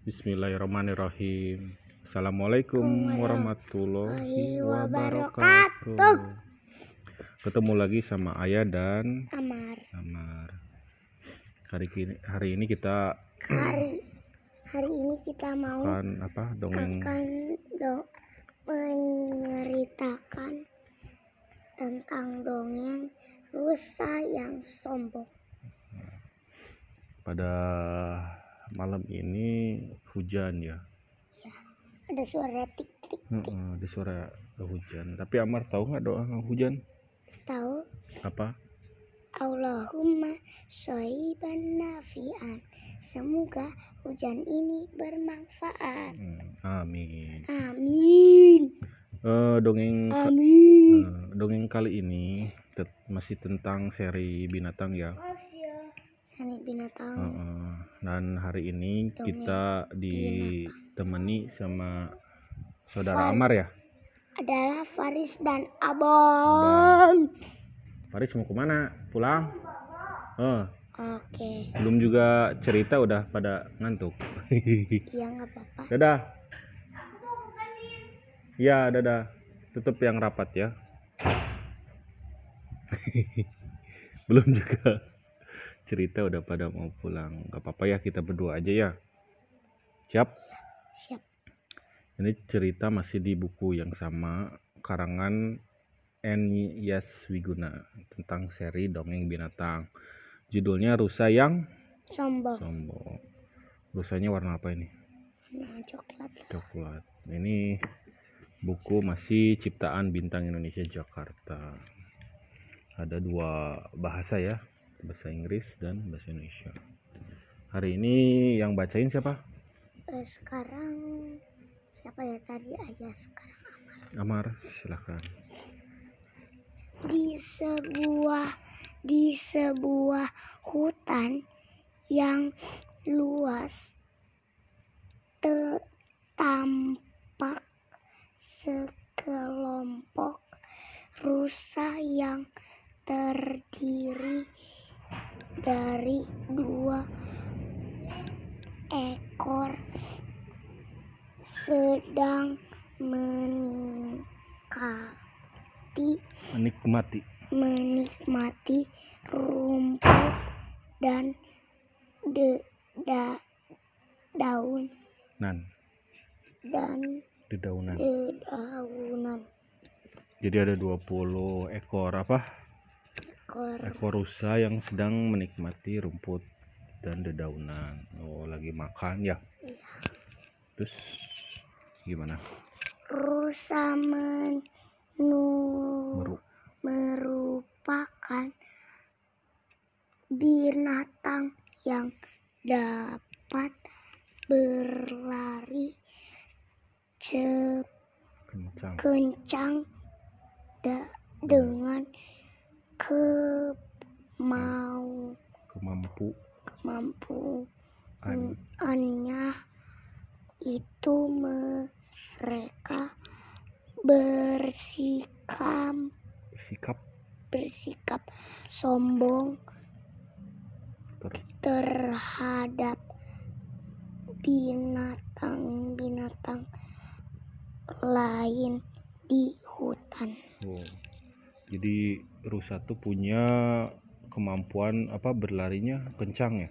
Bismillahirrahmanirrahim. Assalamualaikum warahmatullahi wabarakatuh. wabarakatuh. Ketemu lagi sama Ayah dan Amar. Hari ini kita mau akan menceritakan tentang dongeng rusa yang sombong. Pada malam ini hujan ya. Ada suara tik tik tik. Ada suara hujan. Tapi Amar tahu nggak doa hujan? Tahu? Apa? Allahumma shayban nafi'an. Semoga hujan ini bermanfaat. Amin. Amin. Dongeng kali ini masih tentang seri binatang ya. Seri binatang. Dan hari ini kita ditemani sama saudara Amar ya. Adalah Faris dan Abang. Faris mau kemana? Pulang? Oke. Belum juga cerita udah pada ngantuk. Iya nggak apa-apa. Dadah. Ya dadah. Tutup yang rapat ya. Belum juga cerita udah pada mau pulang. Gak apa-apa ya, kita berdua aja ya. Siap? Siap. Ini cerita masih di buku yang sama, karangan N. Yaswiguna, tentang seri dongeng binatang. Judulnya Rusa yang Sombong. Rusanya warna apa ini? Coklat. Ini buku masih ciptaan Bintang Indonesia Jakarta. Ada 2 bahasa ya, bahasa Inggris dan bahasa Indonesia. Hari ini yang bacain siapa? Sekarang siapa ya tadi? Ayah. Sekarang Amar, silakan. Di sebuah hutan yang luas tampak sekelompok rusa yang terdiri dari 2 ekor sedang menikmati rumput dan dedaunan. Jadi ada 20 ekor rusa yang sedang menikmati rumput dan dedaunan. Lagi makan ya? Iya. Terus gimana? Rusa merupakan binatang yang dapat berlari kencang dengan kemampuannya itu. Mereka bersikap sombong terhadap binatang lain di hutan. Jadi rusa tuh punya kemampuan berlarinya kencang ya?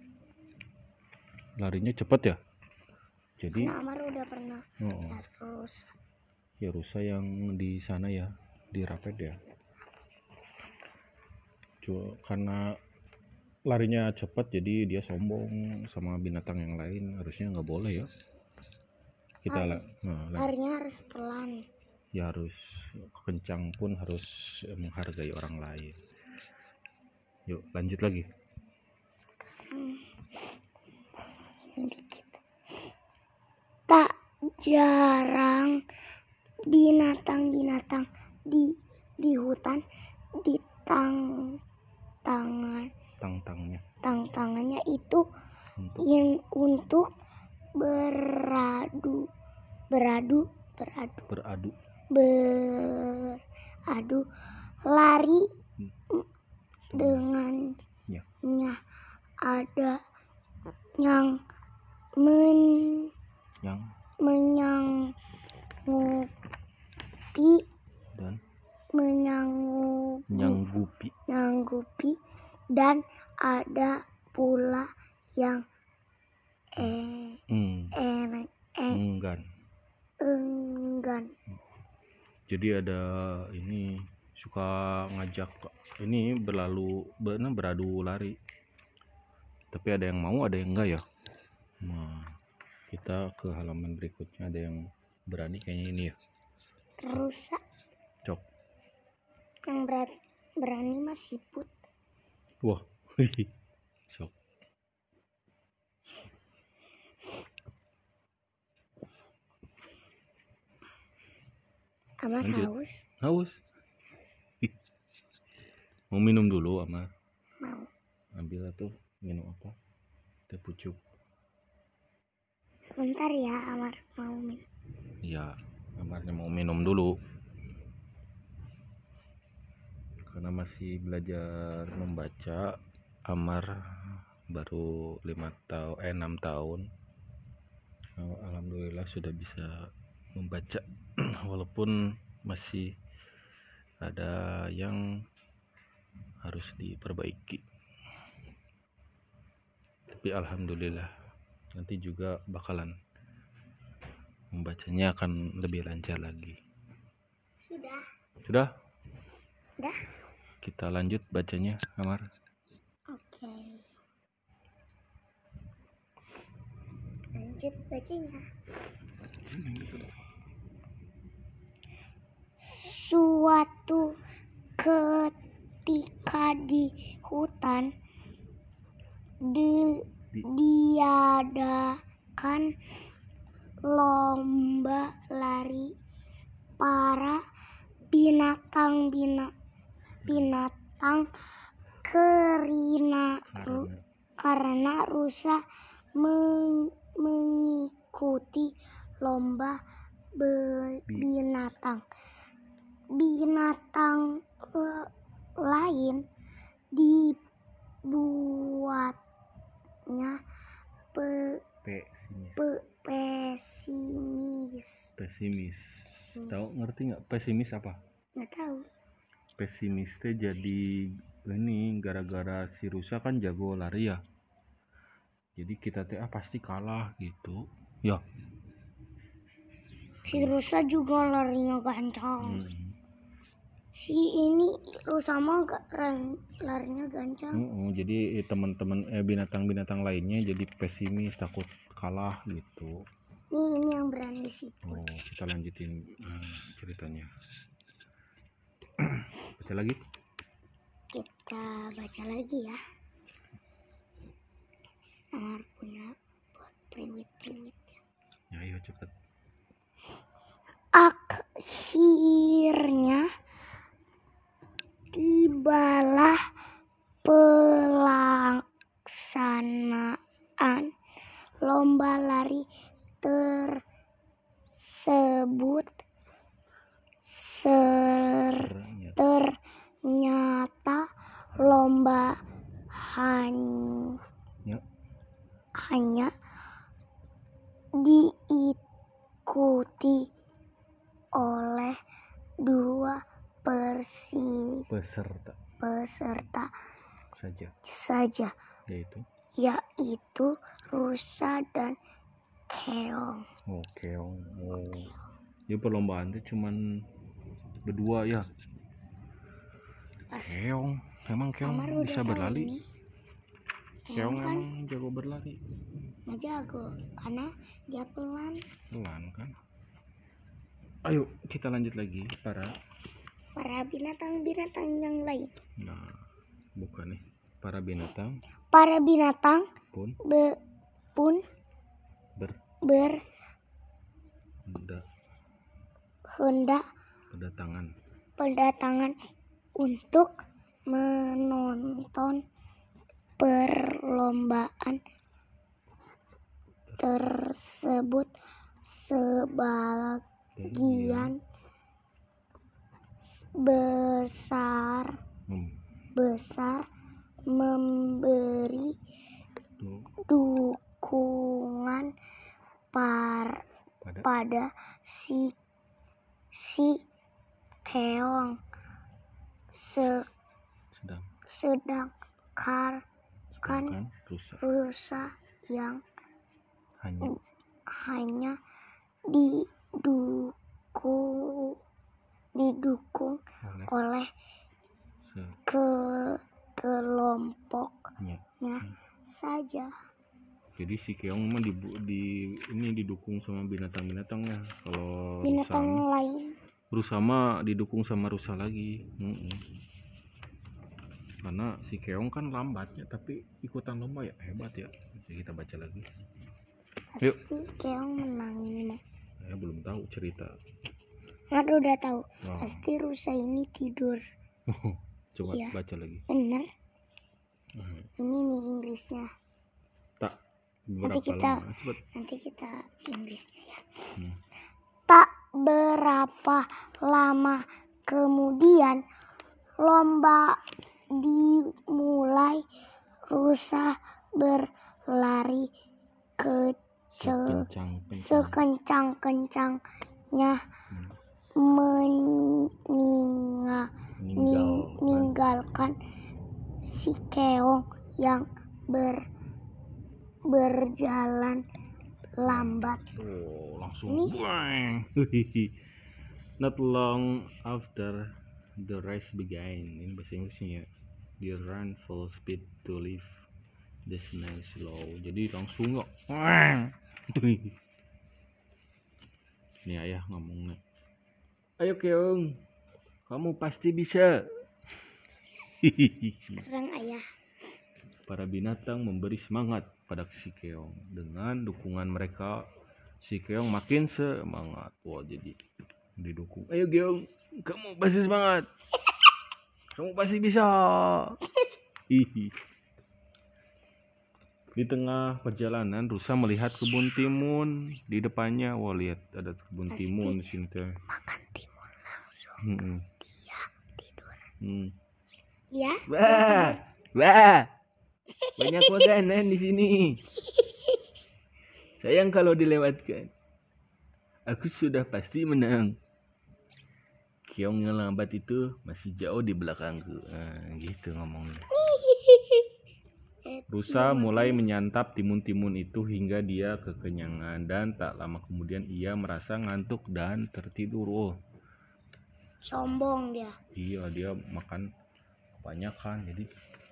Larinya cepat ya? Jadi Amar udah pernah lihat rusa. Ya rusa yang di sana ya, di Rapid ya. Karena larinya cepat jadi dia sombong sama binatang yang lain. Harusnya nggak boleh ya. Larinya harus pelan. Ya harus kencang pun harus menghargai orang lain. Yuk lanjut lagi. Tak jarang binatang-binatang di hutan tantangannya itu untuk beradu lari dengannya. Ada yang menyanggupi dan menyanggupi dan ada pula yang enggan. Jadi ada ini suka ngajak ini beradu lari. Tapi ada yang mau, ada yang enggak ya. Nah, kita ke halaman berikutnya, ada yang berani kayaknya ini ya. Rusa. Cok. Yang berani mah siput. Wah. Sok. Amar Lanjut. haus. Mau minum dulu, Amar? Mau. Ambil tuh, minum apa? Teh pucuk. Sebentar ya, Amar mau minum. Iya, Amarnya mau minum dulu. Karena masih belajar membaca, Amar baru 6 tahun. Alhamdulillah sudah bisa membaca walaupun masih ada yang harus diperbaiki. Tapi alhamdulillah nanti juga bakalan membacanya akan lebih lancar lagi. Sudah? Kita lanjut bacanya, Amar. Oke. Lanjut bacanya. Suatu ketika di hutan diadakan lomba lari para binatang karena rusa mengikuti lomba binatang lain dibuatnya pesimis. Tahu ngerti nggak pesimis apa? Nggak tahu. Pesimis teh jadi ini gara-gara si rusa kan jago lari ya. Jadi kita teh pasti kalah gitu. Ya. Si rusa juga larinya gancang. Si ini rusa mah larinya gancang. Jadi teman-teman binatang-binatang lainnya jadi pesimis, takut kalah gitu. Ini yang berani siput. Oh, kita lanjutin ceritanya. Baca lagi. Kita baca lagi ya. Amar punya buat priwit-priwit ya. Ya, ayo cepet. Akhirnya tibalah pelaksanaan lomba lari tersebut. Ternyata lomba hanya diikuti oleh 2 peserta saja, yaitu rusa dan keong. Keong. Ya perlombaan itu cuman berdua ya. Keong, emang keong Amar bisa berlari? Keong kan emang jago berlari? Nggak jago, karena dia pelan kan. Ayo kita lanjut lagi para binatang-binatang yang lain. Nah, bukan nih. Para binatang pun hendak berdatangan untuk menonton perlombaan tersebut. Sebagian besar memberi dukungan ada si keong sedangkan rusa yang hanya didukung oleh kelompoknya saja. Jadi si keong mah didukung sama binatang-binatang ya. Kalau Binatang lain. Rusa mah didukung sama rusa lagi. Karena si keong kan lambatnya, tapi ikutan lomba ya, hebat ya. Jadi kita baca lagi. Pasti yuk. Keong menang ini mah. Saya belum tahu cerita. Waduh, udah tahu. Wow. Pasti rusa ini tidur. Coba ya. Baca lagi. Bener. Ini nih Inggrisnya. Tak. Nanti kita Inggrisnya ya. Tak berapa lama kemudian lomba dimulai. Rusa berlari sekencang-kencangnya meninggalkan si keong yang berjalan lambat. Langsung buang. Not long after the race began. Ini bahasa Inggrisnya ya. They ran full speed to leave the snail slow. Jadi langsung nggak. Ini ayah ngomongnya. Ayo keong, kamu pasti bisa. Sekarang ayah. Para binatang memberi semangat pada si keong. Dengan dukungan mereka, si keong makin semangat. Wah, jadi didukung. Ayo keong, kamu pasti semangat. Kamu pasti bisa. Di tengah perjalanan, rusa melihat kebun timun di depannya. Wah, lihat ada kebun timun di sini teh. Makan timun langsung. Dia tidur. Ya. Wah. Banyak makanan di sini. Sayang kalau dilewatkan. Aku sudah pasti menang. Keong yang lambat itu masih jauh di belakangku. Gitu ngomongnya. Rusa mulai menyantap timun-timun itu hingga dia kekenyangan, dan tak lama kemudian ia merasa ngantuk dan tertidur. Sombong dia. Iya, dia makan kebanyakan jadi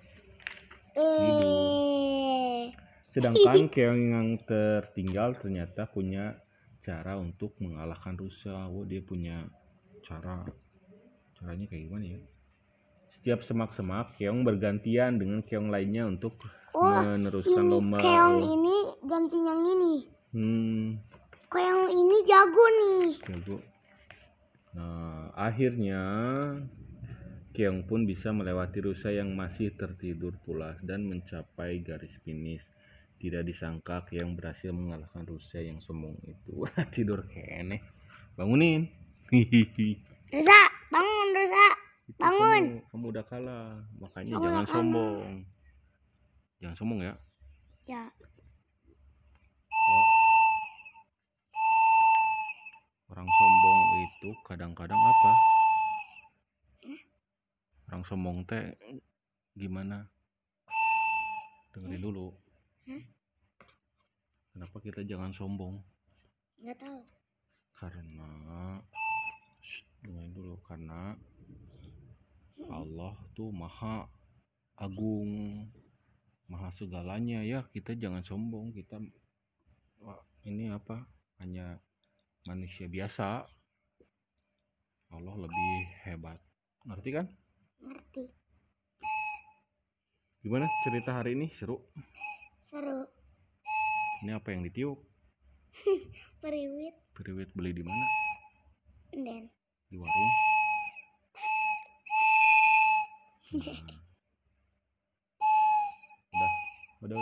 tidur. Sedangkan keong yang tertinggal ternyata punya cara untuk mengalahkan rusa. Dia punya caranya kayak gimana ya? Setiap semak-semak, keong bergantian dengan keong lainnya untuk meneruskan lomba. Keong ini ganti yang ini. Keong ini jago nih. Jago. Nah, akhirnya keong pun bisa melewati rusa yang masih tertidur pulas dan mencapai garis finish. Tidak disangka keong berhasil mengalahkan rusa yang sombong itu. Wah, tidur kene. Bangunin. Rusa, bangun rusa. Bangun. Kamu udah kalah, makanya jangan sombong. Jangan sombong ya. Ya. Orang sombong itu kadang-kadang apa? Orang sombong teh gimana? Dengerin dulu. Kenapa kita jangan sombong? Nggak tahu. Karena dengerin dulu, karena Allah tuh maha agung, maha segalanya ya. Kita jangan sombong. Kita ini apa? Hanya manusia biasa. Allah lebih hebat. Ngerti kan? Ngerti. Gimana cerita hari ini? Seru? Seru. Ini apa yang ditiup? Periwit. Periwit beli di mana? Den. Di warung. Udah.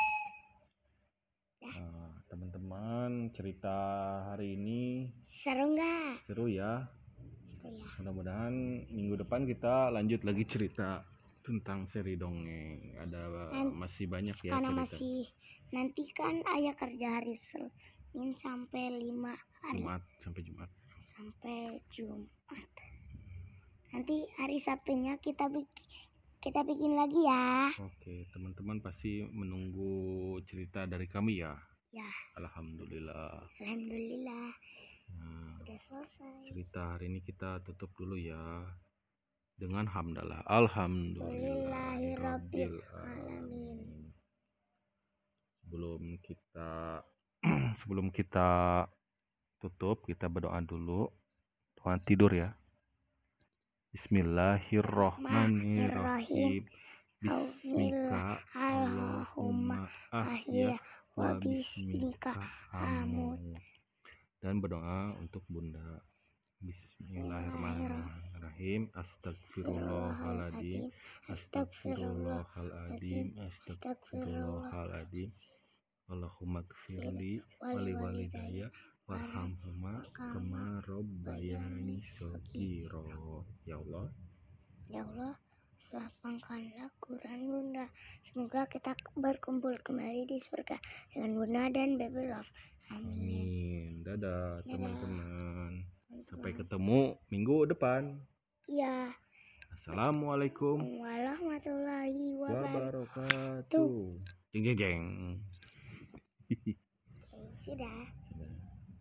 Teman-teman, cerita hari ini seru nggak? Seru ya. Mudah-mudahan minggu depan kita lanjut lagi cerita tentang seri dongeng. Ada masih banyak ya cerita. Karena nanti kan ayah kerja hari Min sampai 5 hari. Jumat sampai Jumat. Sampai Jumat. Nanti hari Sabtunya kita bikin lagi ya. Oke, teman-teman pasti menunggu cerita dari kami ya. Ya. Alhamdulillah. Alhamdulillah. Nah, sudah selesai. Cerita hari ini kita tutup dulu ya dengan hamdalah. Alhamdulillahirabbil alamin. Sebelum kita tutup, kita berdoa dulu. Doa tidur ya. Bismillahirrahmanirrahim. Bismika Allahumma ahya wa bismika amut. Dan berdoa untuk Bunda. Bismillahirrahmanirrahim. Astagfirullahaladzim. Astagfirullahaladzim. Astagfirullahaladzim. Allahumma gfirli wali walidayya warhamhuma kama rabbayani shaghira. Ya Allah, lapangkanlah Quran Bunda. Semoga kita berkumpul kembali di surga dengan Bunda dan Baby Love. Amin. Dadah teman-teman. Sampai ketemu minggu depan. Iya. Assalamualaikum warahmatullahi wabarakatuh. Jeng jeng jeng. Oke, sudah.